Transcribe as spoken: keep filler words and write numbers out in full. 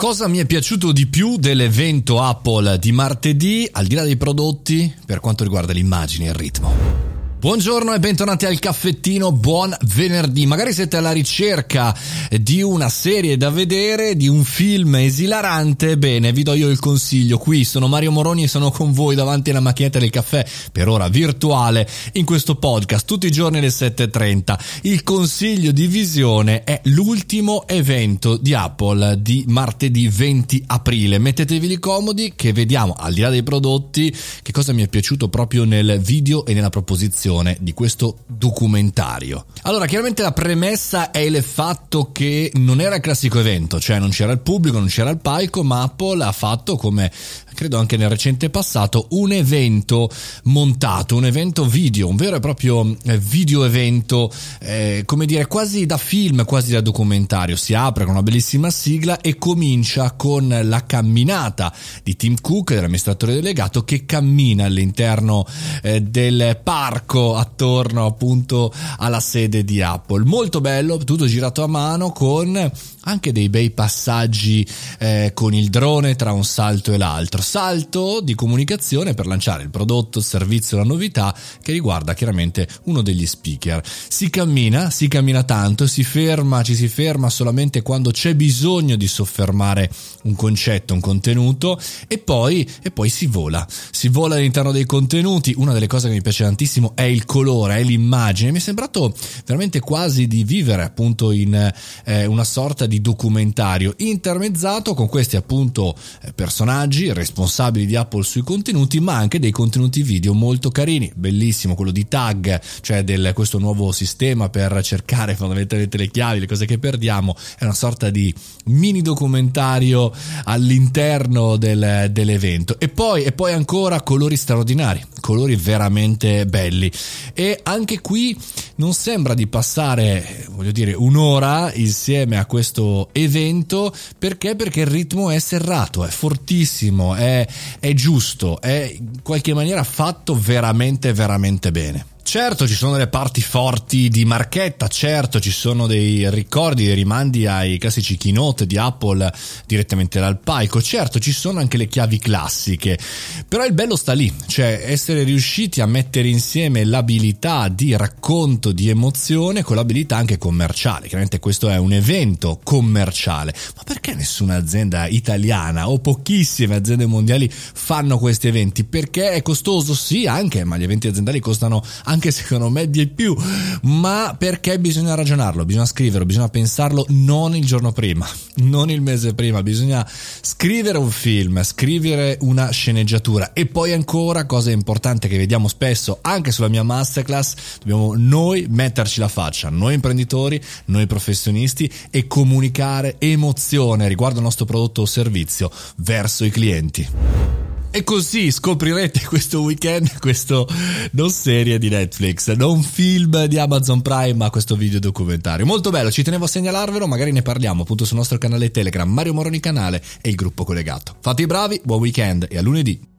Cosa mi è piaciuto di più dell'evento Apple di martedì, al di là dei prodotti, per quanto riguarda l'immagine e il ritmo? Buongiorno e bentornati al caffettino, buon venerdì. Magari siete alla ricerca di una serie da vedere, di un film esilarante. Bene, vi do io il consiglio. Qui sono Mario Moroni e sono con voi davanti alla macchinetta del caffè, per ora virtuale, in questo podcast tutti i giorni alle sette e trenta. Il consiglio di visione è l'ultimo evento di Apple di martedì venti aprile. Mettetevi comodi che vediamo, al di là dei prodotti, che cosa mi è piaciuto proprio nel video e nella proposizione di questo documentario. Allora, chiaramente la premessa è il fatto che non era il classico evento, cioè non c'era il pubblico, non c'era il palco, ma Apple ha fatto, come credo anche nel recente passato, un evento montato, un evento video, un vero e proprio video evento, eh, come dire, quasi da film, quasi da documentario. Si apre con una bellissima sigla e comincia con la camminata di Tim Cook, dell'amministratore delegato, che cammina all'interno eh, del parco attorno appunto alla sede di Apple. Molto bello, tutto girato a mano, con anche dei bei passaggi eh, con il drone tra un salto e l'altro. Salto di comunicazione per lanciare il prodotto, il servizio, la novità che riguarda chiaramente uno degli speaker. Si cammina, si cammina tanto, si ferma, ci si ferma solamente quando c'è bisogno di soffermare un concetto, un contenuto, e poi, e poi si vola. Si vola all'interno dei contenuti. Una delle cose che mi piace tantissimo è il colore, è l'immagine. Mi è sembrato veramente quasi di vivere appunto in eh, una sorta di documentario intermezzato con questi appunto eh, personaggi responsabili di Apple sui contenuti, ma anche dei contenuti video molto carini. Bellissimo quello di Tag, cioè del questo nuovo sistema per cercare fondamentalmente le chiavi, le cose che perdiamo. È una sorta di mini documentario all'interno del, dell'evento. E poi, e poi ancora colori straordinari, colori veramente belli. E anche qui non sembra di passare, voglio dire, un'ora insieme a questo evento. Perché? Perché il ritmo è serrato, è fortissimo, è, è giusto, è in qualche maniera fatto veramente veramente bene. Certo, ci sono delle parti forti di marchetta, certo ci sono dei ricordi, dei rimandi ai classici keynote di Apple direttamente dal palco, certo ci sono anche le chiavi classiche, però il bello sta lì, cioè essere riusciti a mettere insieme l'abilità di racconto, di emozione, con l'abilità anche commerciale. Chiaramente questo è un evento commerciale, ma perché nessuna azienda italiana o pochissime aziende mondiali fanno questi eventi? Perché è costoso? Sì, anche, ma gli eventi aziendali costano anche secondo me di più, ma perché bisogna ragionarlo, bisogna scriverlo, bisogna pensarlo non il giorno prima, non il mese prima, bisogna scrivere un film, scrivere una sceneggiatura. E poi ancora, cosa importante che vediamo spesso anche sulla mia masterclass, dobbiamo noi metterci la faccia, noi imprenditori, noi professionisti, e comunicare emozione riguardo al nostro prodotto o servizio verso i clienti. E così scoprirete questo weekend questo non serie di Netflix, non film di Amazon Prime, ma questo video documentario molto bello. Ci tenevo a segnalarvelo, magari ne parliamo appunto sul nostro canale Telegram, Mario Moroni Canale, e il gruppo collegato. Fate i bravi, buon weekend e a lunedì.